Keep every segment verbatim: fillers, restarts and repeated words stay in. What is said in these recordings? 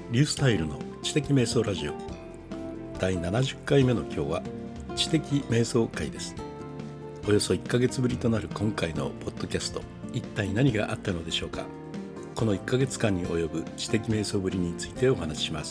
リュースタイルの知的瞑想ラジオだいななじゅっかいめの今日は知的瞑想会です。およそいっかげつぶりとなる今回のポッドキャスト、一体何があったのでしょうか。このいっかげつかんに及ぶ知的瞑想ぶりについてお話しします。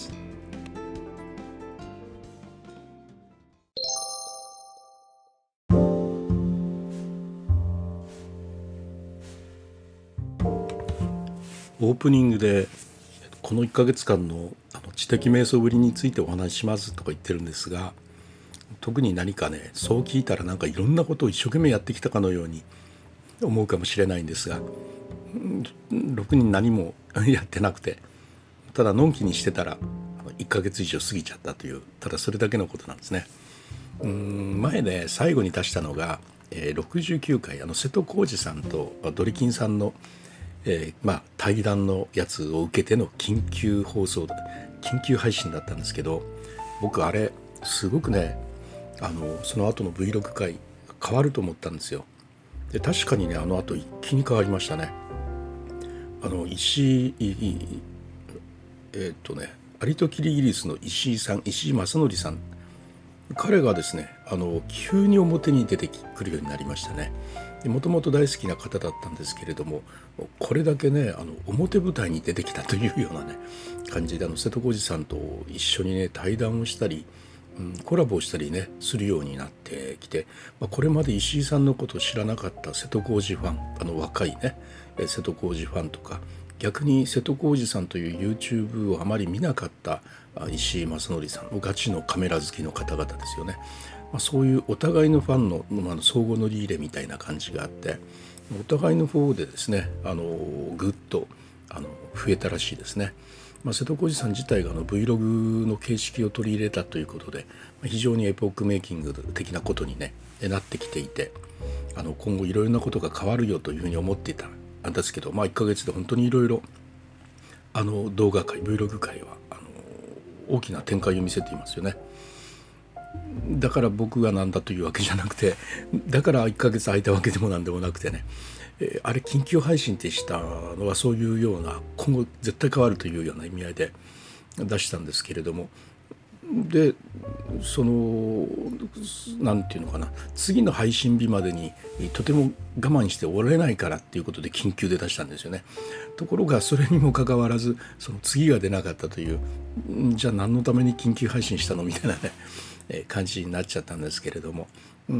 オープニングでこのいっかげつかんのあの知的瞑想ぶりについてお話ししますとか言ってるんですが、特に何かね、そう聞いたらなんかいろんなことを一生懸命やってきたかのように思うかもしれないんですが、ろくに何もやってなくて、ただのんきにしてたらいっかげつ以上過ぎちゃったという、ただそれだけのことなんですね。うーん前ね、最後に出したのが、えー、ろくじゅうきゅうかい、あの瀬戸康史さんとドリキンさんのえーまあ、対談のやつを受けての緊急放送緊急配信だったんですけど、僕あれすごくね、あのその後の Vlog 回変わると思ったんですよ。で確かにね、あの後一気に変わりましたね。あの石井えー、っとねアリとキリギリスの石井さん、石井正則さん、彼がですね、あの急に表に出てくるようになりましたね。もともと大好きな方だったんですけれども、これだけね、あの表舞台に出てきたというようなね感じで、あの瀬戸康史さんと一緒にね対談をしたり、うん、コラボをしたりねするようになってきて、まあ、これまで石井さんのことを知らなかった瀬戸康史ファン、あの若いね瀬戸康史ファンとか、逆に瀬戸康史さんという YouTube をあまり見なかった石井正則さん、ガチのカメラ好きの方々ですよね。まあ、そういうお互いのファンの、まあ、相互乗り入れみたいな感じがあって、お互いの方でですね、あのぐっとあの増えたらしいですね。まあ、瀬戸康史さん自体があの Vlog の形式を取り入れたということで、まあ、非常にエポックメイキング的なことに、ね、なってきていて、あの今後いろいろなことが変わるよというふうに思っていたんですけど、まあ、いっかげつで本当にいろいろあの動画界 Vlog 界はあの大きな展開を見せていますよね。だから僕がなんだというわけじゃなくて、だからいっかげつ空いたわけでもなんでもなくてね、えー、あれ緊急配信ってしたのはそういうような、今後絶対変わるというような意味合いで出したんですけれども、でそのなんていうのかな、次の配信日までにとても我慢しておれないからっていうことで緊急で出したんですよね。ところがそれにもかかわらず、その次が出なかったという、じゃあ何のために緊急配信したのみたいなね感じになっちゃったんですけれども、うん、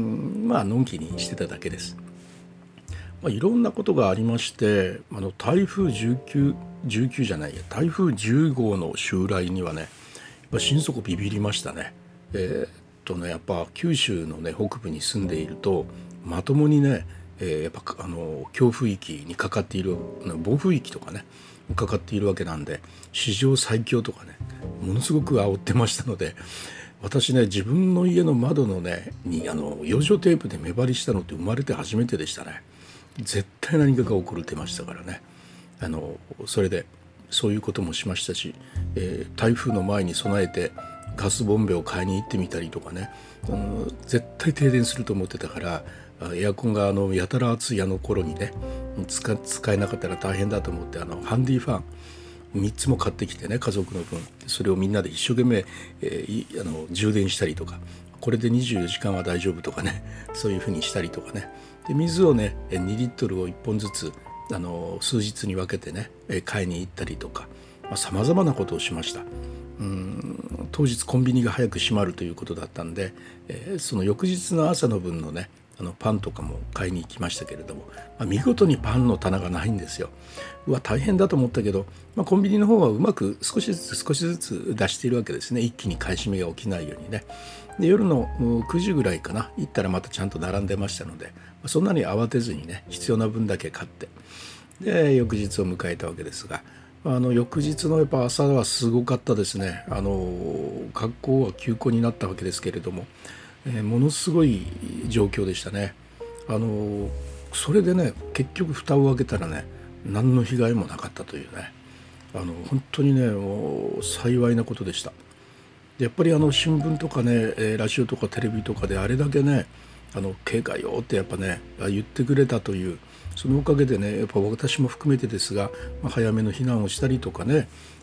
まあのんきにしてただけです。まあ、いろんなことがありまして、あの台風じゅうきゅう、じゅうきゅうじゃないや台風じゅうごうの襲来にはね、やっぱ心底ビビりましたね。えー、っとねやっぱ九州のね北部に住んでいると、まともにね、えー、やっぱあの強風域にかかっている、暴風域とかねかかっているわけなんで、史上最強とかねものすごく煽ってましたので、私ね、自分の家の窓のねにあの養生テープで目張りしたのって生まれて初めてでしたね。絶対何かが起こるってましたからね。あのそれでそういうこともしましたし、えー、台風の前に備えてガスボンベを買いに行ってみたりとかね、うん、絶対停電すると思ってたから、エアコンがあのやたら暑いあの頃にね使、使えなかったら大変だと思って、あのハンディファンみっつも買ってきてね、家族の分、それをみんなで一生懸命、えー、あの充電したりとか、これでにじゅうよじかんは大丈夫とかね、そういうふうにしたりとかね。で水をねにリットルをいっぽんずつあの数日に分けてね買いに行ったりとか、さまざ、まなことをしました。うーん当日コンビニが早く閉まるということだったんで、えー、その翌日の朝の分のねあのパンとかも買いに行きましたけれども、まあ、見事にパンの棚がないんですよ。うわ大変だと思ったけど、まあ、コンビニの方はうまく少しずつ少しずつ出しているわけですね。一気に買い占めが起きないようにね。で夜のくじぐらいかな行ったらまたちゃんと並んでましたので、そんなに慌てずにね必要な分だけ買って、で翌日を迎えたわけですが、あの翌日のやっぱ朝はすごかったですね。あの学校は休校になったわけですけれども、えー、ものすごい状況でしたね。あのそれでね結局蓋を開けたらね何の被害もなかったというね、あの本当にねもう幸いなことでした。でやっぱりあの新聞とかねラジオとかテレビとかであれだけねあの警戒よってやっぱね言ってくれたという、そのおかげでねやっぱ私も含めてですが、まあ、早めの避難をしたりとかね、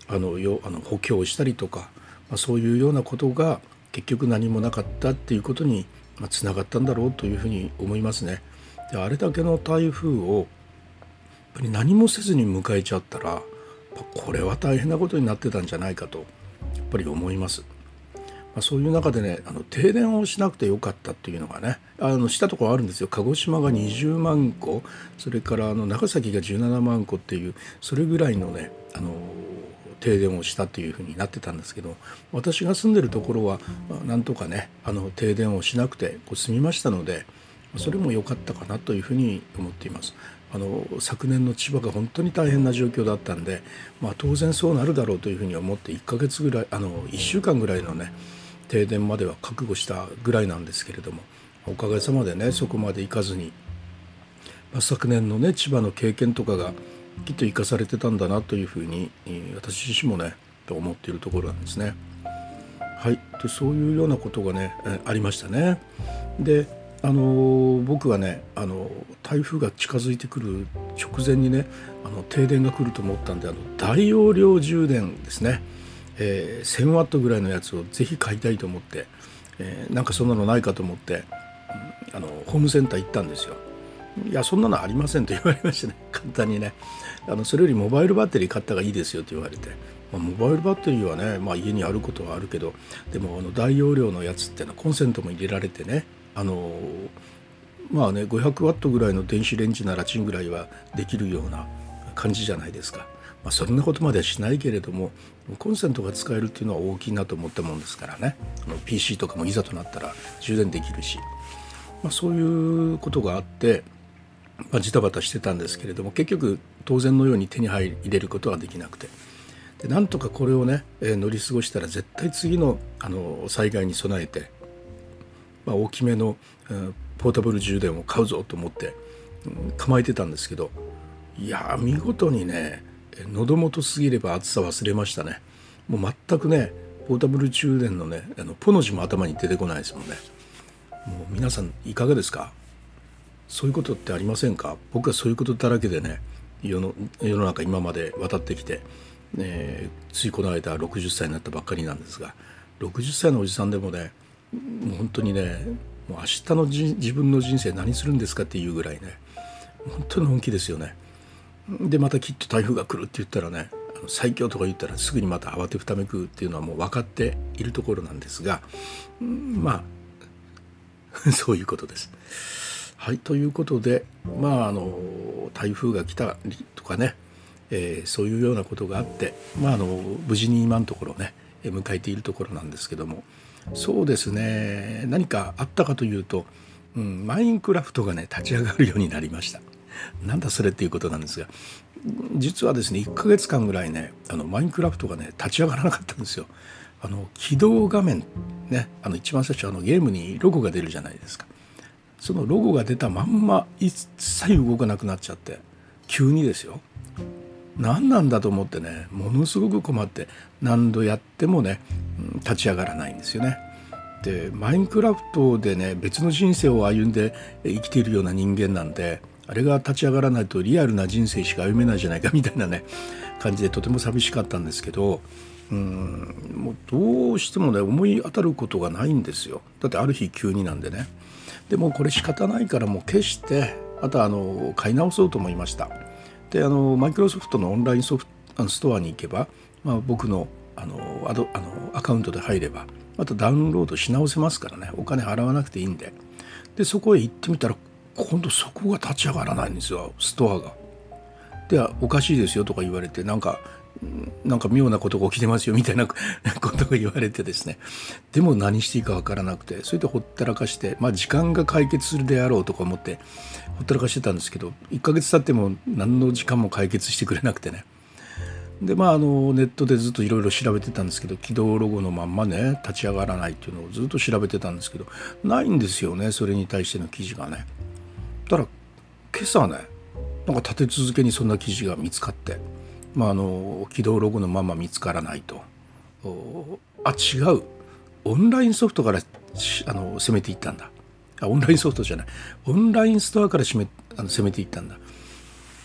あのよあの補強したりとか、まあ、そういうようなことが結局何もなかったっていうことにつながったんだろうというふうに思いますね。であれだけの台風をやっぱり何もせずに迎えちゃったら、これは大変なことになってたんじゃないかとやっぱり思います。まあ、そういう中でね、あの停電をしなくてよかったっていうのがね、あのしたところあるんですよ。鹿児島がにじゅうまんこ、それからあの長崎がじゅうななまんこっていう、それぐらいのね、あの停電をしたっていうふうになってたんですけど、私が住んでるところは、まあ、なんとかね、あの停電をしなくてこう済みましたので、それも良かったかなというふうに思っています。あの昨年の千葉が本当に大変な状況だったんで、まあ、当然そうなるだろうというふうに思っていっかげつぐらい、あのいっしゅうかんぐらいのね停電までは覚悟したぐらいなんですけれども、おかげさまでねそこまでいかずに、まあ、昨年のね千葉の経験とかがきっと生かされてたんだなというふうに私自身もね思っているところなんですね。はい、でそういうようなことがねありましたね。であの僕はねあの台風が近づいてくる直前にねあの停電が来ると思ったんで、あの大容量充電ですね、えー、せんワットぐらいのやつをぜひ買いたいと思って、えー、なんかそんなのないかと思って、うん、あのホームセンター行ったんですよ。いやそんなのありませんと言われましてね、簡単にね、あのそれよりモバイルバッテリー買った方がいいですよと言われて、まあ、モバイルバッテリーはね、まあ、家にあることはあるけど、でもあの大容量のやつってのはコンセントも入れられてね、あのまあねごひゃくワットぐらいの電子レンジならチンぐらいはできるような感じじゃないですか。まあ、そんなことまではしないけれども、コンセントが使えるっていうのは大きいなと思ったもんですからね、あの ピーシー とかもいざとなったら充電できるし、まあ、そういうことがあって、まあ、ジタバタしてたんですけれども、結局当然のように手に入れることはできなくて、でなんとかこれをね、えー、乗り過ごしたら絶対次の、あの災害に備えて、まあ、大きめの、うん、ポータブル充電を買うぞと思って、うん、構えてたんですけど、いや見事にね喉元過ぎれば暑さ忘れましたね。もう全くねポータブル充電のねあのポの字も頭に出てこないですもんね。もう皆さんいかがですか？そういうことってありませんか？僕はそういうことだらけでね世の、世の中今まで渡ってきて、えー、ついこの間ろくじゅっさいになったばっかりなんですが、ろくじゅっさいのおじさんでもねもう本当にねもう明日のじ自分の人生何するんですかっていうぐらいね本当に本気ですよね。でまたきっと台風が来るって言ったらね、あの最強とか言ったらすぐにまた慌てふためくっていうのはもう分かっているところなんですが、まあそういうことです。はい、ということで、まああの台風が来たりとかね、えー、そういうようなことがあって、まああの無事に今のところね迎えているところなんですけども、そうですね、何かあったかというと、うん、マインクラフトがね立ち上がるようになりました。なんだそれっていうことなんですが、実はですねいっかげつかんぐらいねあのマインクラフトがね立ち上がらなかったんですよ。あの起動画面ね、あの一番最初あのゲームにロゴが出るじゃないですか。そのロゴが出たまんま一切動かなくなっちゃって、急にですよ、何なんだと思ってねものすごく困って、何度やってもね、うん、立ち上がらないんですよね。でマインクラフトでね別の人生を歩んで生きているような人間なんで、あれが立ち上がらないとリアルな人生しか歩めないじゃないかみたいなね感じでとても寂しかったんですけど、うーんもうどうしてもね思い当たることがないんですよ。だってある日急になんでね。でもこれ仕方ないからもう消して、あとはあの買い直そうと思いました。であのマイクロソフトのオンラインソフトストアに行けば、まあ、僕のあのアドあのアカウントで入ればまたダウンロードし直せますからね、お金払わなくていいんで。でそこへ行ってみたら今度そこが立ち上がらないんですよ、ストアが。ではおかしいですよとか言われて、なんかなんか妙なことが起きてますよみたいなことが言われてですね、でも何していいか分からなくて、それでほったらかして、まあ時間が解決するであろうとか思ってほったらかしてたんですけど、いっかげつ経っても何の時間も解決してくれなくてね。でまああのネットでずっといろいろ調べてたんですけど、起動ロゴのまんまね立ち上がらないっていうのをずっと調べてたんですけど、ないんですよね、それに対しての記事がね。ただ今朝ねなんか立て続けにそんな記事が見つかって、まあ、あの起動ロゴのまま見つからないと、あ違うオンラインソフトからあの攻めていったんだ、あオンラインソフトじゃないオンラインストアから攻めあの攻めていったんだ。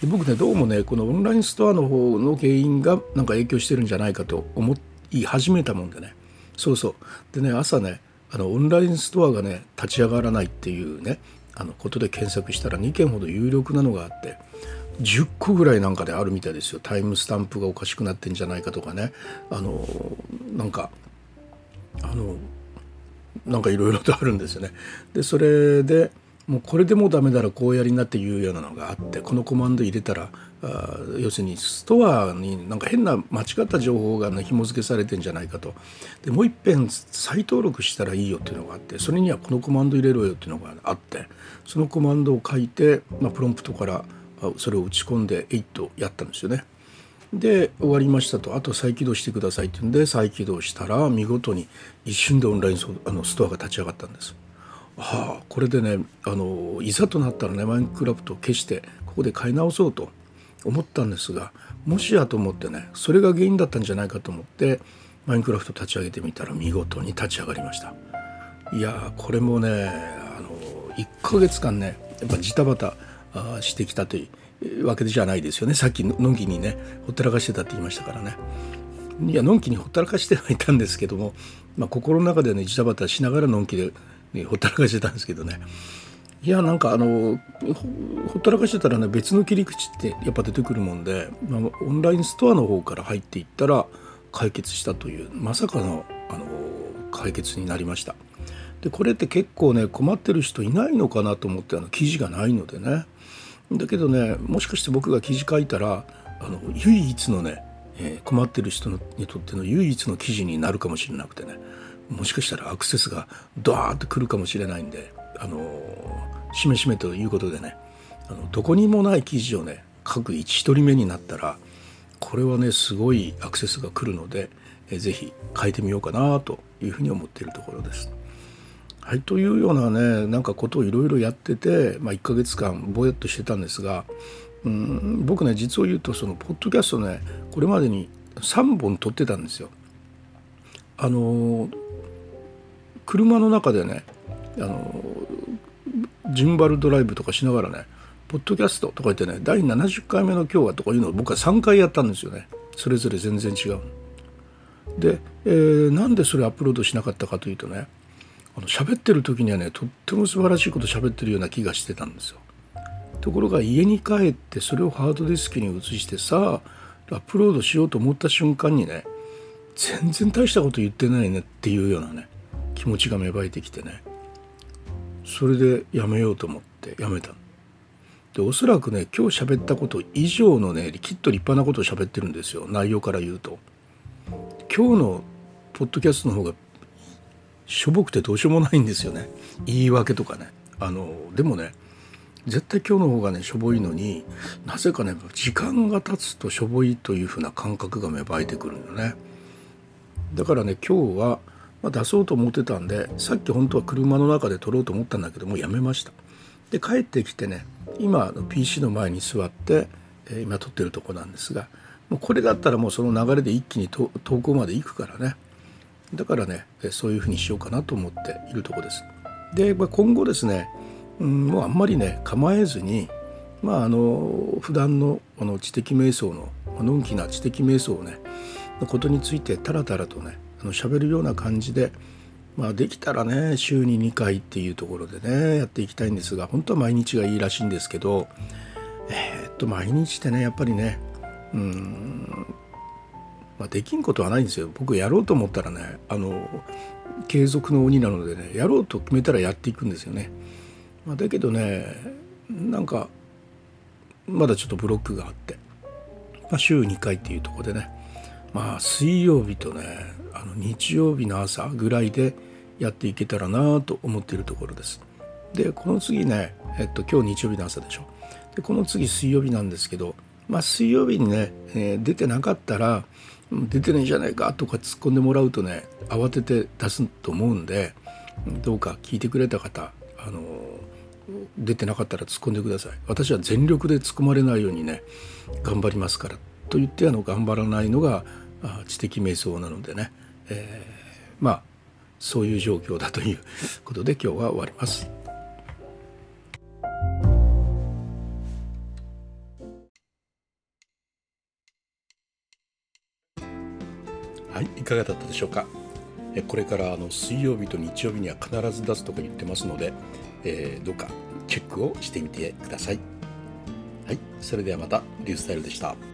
で僕ねどうもねこのオンラインストアの方の原因がなんか影響してるんじゃないかと思い始めたもんでね。そうそうでね朝ねあのオンラインストアがね立ち上がらないっていうねあのことで検索したらにけんほど有力なのがあって、じゅっこぐらいなんかであるみたいですよ。タイムスタンプがおかしくなってんじゃないかとかね、あのなんかあのなんかいろいろとあるんですよね。でそれでもうこれでもうダメならこうやりなっていうようなのがあって、このコマンド入れたらあ要するにストアになんか変な間違った情報が、ね、紐付けされてんじゃないかと。でもういっぺん再登録したらいいよっていうのがあって、それにはこのコマンド入れろよっていうのがあって、そのコマンドを書いて、まあ、プロンプトからそれを打ち込んでえいっとやったんですよね。で終わりましたと、あと再起動してくださいっていうんで再起動したら見事に一瞬でオンラインソあのストアが立ち上がったんです。はあ、これでねあのいざとなったらねマインクラフトを消してここで買い直そうと思ったんですが、もしやと思ってねそれが原因だったんじゃないかと思ってマインクラフト立ち上げてみたら見事に立ち上がりました。いやこれもねあのいっかげつかんねやっぱジタバタしてきたというわけじゃないですよね。さっきのんきにねほったらかしてたって言いましたからね。いやのんきにほったらかしてはいたんですけども、まあ、心の中でねジタバタしながらのんきで、ね、ほったらかしてたんですけどね。いやなんかあの ほ, ほったらかしてたらね別の切り口ってやっぱ出てくるもんで、まあ、オンラインストアの方から入っていったら解決したというまさかの、あの解決になりました。でこれって結構ね困ってる人いないのかなと思って、あの記事がないのでね。だけどねもしかして僕が記事書いたらあの唯一のね、えー、困ってる人のにとっての唯一の記事になるかもしれなくてね、もしかしたらアクセスがドワーッとくるかもしれないんで、あのー、しめしめということでね、あのどこにもない記事をね書く一一人目になったらこれはねすごいアクセスが来るので、えー、ぜひ書いてみようかなというふうに思っているところです。はい、というようなねなんかことをいろいろやってて、まあ、いっかげつかんぼやっとしてたんですが、うん僕ね実を言うとそのポッドキャストねこれまでにさんぼん撮ってたんですよ。あの車の中でねあのジンバルドライブとかしながらねポッドキャストとか言ってねだいななじゅっかいめの今日はとかいうのを僕はさんかいやったんですよね。それぞれ全然違う。で、えー、なんでそれアップロードしなかったかというとね、あの喋ってる時にはねとっても素晴らしいこと喋ってるような気がしてたんですよ。ところが家に帰ってそれをハードディスクに移してさあアップロードしようと思った瞬間にね全然大したこと言ってないねっていうようなね気持ちが芽生えてきてね、それでやめようと思ってやめた。でおそらくね今日喋ったこと以上のねきっと立派なことを喋ってるんですよ。内容から言うと今日のポッドキャストの方がしょぼくてどうしようもないんですよね。言い訳とかね。あのでもね絶対今日の方がねしょぼいのになぜかね時間が経つとしょぼいというふうな感覚が芽生えてくるんだよね。だからね今日は、まあ、出そうと思ってたんでさっき本当は車の中で撮ろうと思ったんだけどもやめました。で帰ってきてね今 ピーシー の前に座って、えー、今撮ってるとこなんですが、もうこれだったらもうその流れで一気にと投稿まで行くからね。だからねそういうふうにしようかなと思っているところです。で、まあ、今後ですね、うん、もうあんまりね構えずに、まあ、あの普段のあの知的瞑想ののんきな知的瞑想をねのことについてタラタラとねあの喋るような感じで、まあ、できたらね週ににかいっていうところでねやっていきたいんですが、本当は毎日がいいらしいんですけど、えー、っと毎日ってねやっぱりねうんまあ、できんことはないんですよ。僕やろうと思ったらねあの継続の鬼なのでねやろうと決めたらやっていくんですよね。まあ、だけどねなんかまだちょっとブロックがあって、まあ、週にかいっていうところでね、まあ水曜日とねあの日曜日の朝ぐらいでやっていけたらなと思っているところです。でこの次ね、えっと、今日日曜日の朝でしょ。でこの次水曜日なんですけど、まあ、水曜日にね、えー、出てなかったら出てないじゃないかとか突っ込んでもらうとね慌てて出すと思うんで、どうか聞いてくれた方あの出てなかったら突っ込んでください。私は全力で突っ込まれないようにね頑張りますからと言ってあの頑張らないのが知的瞑想なのでね、えー、まあそういう状況だということで今日は終わります。 はい、いかがだったでしょうか。えこれからあの水曜日と日曜日には必ず出すとか言ってますので、えーどうかチェックをしてみてください。はい、それではまたリュースタイルでした。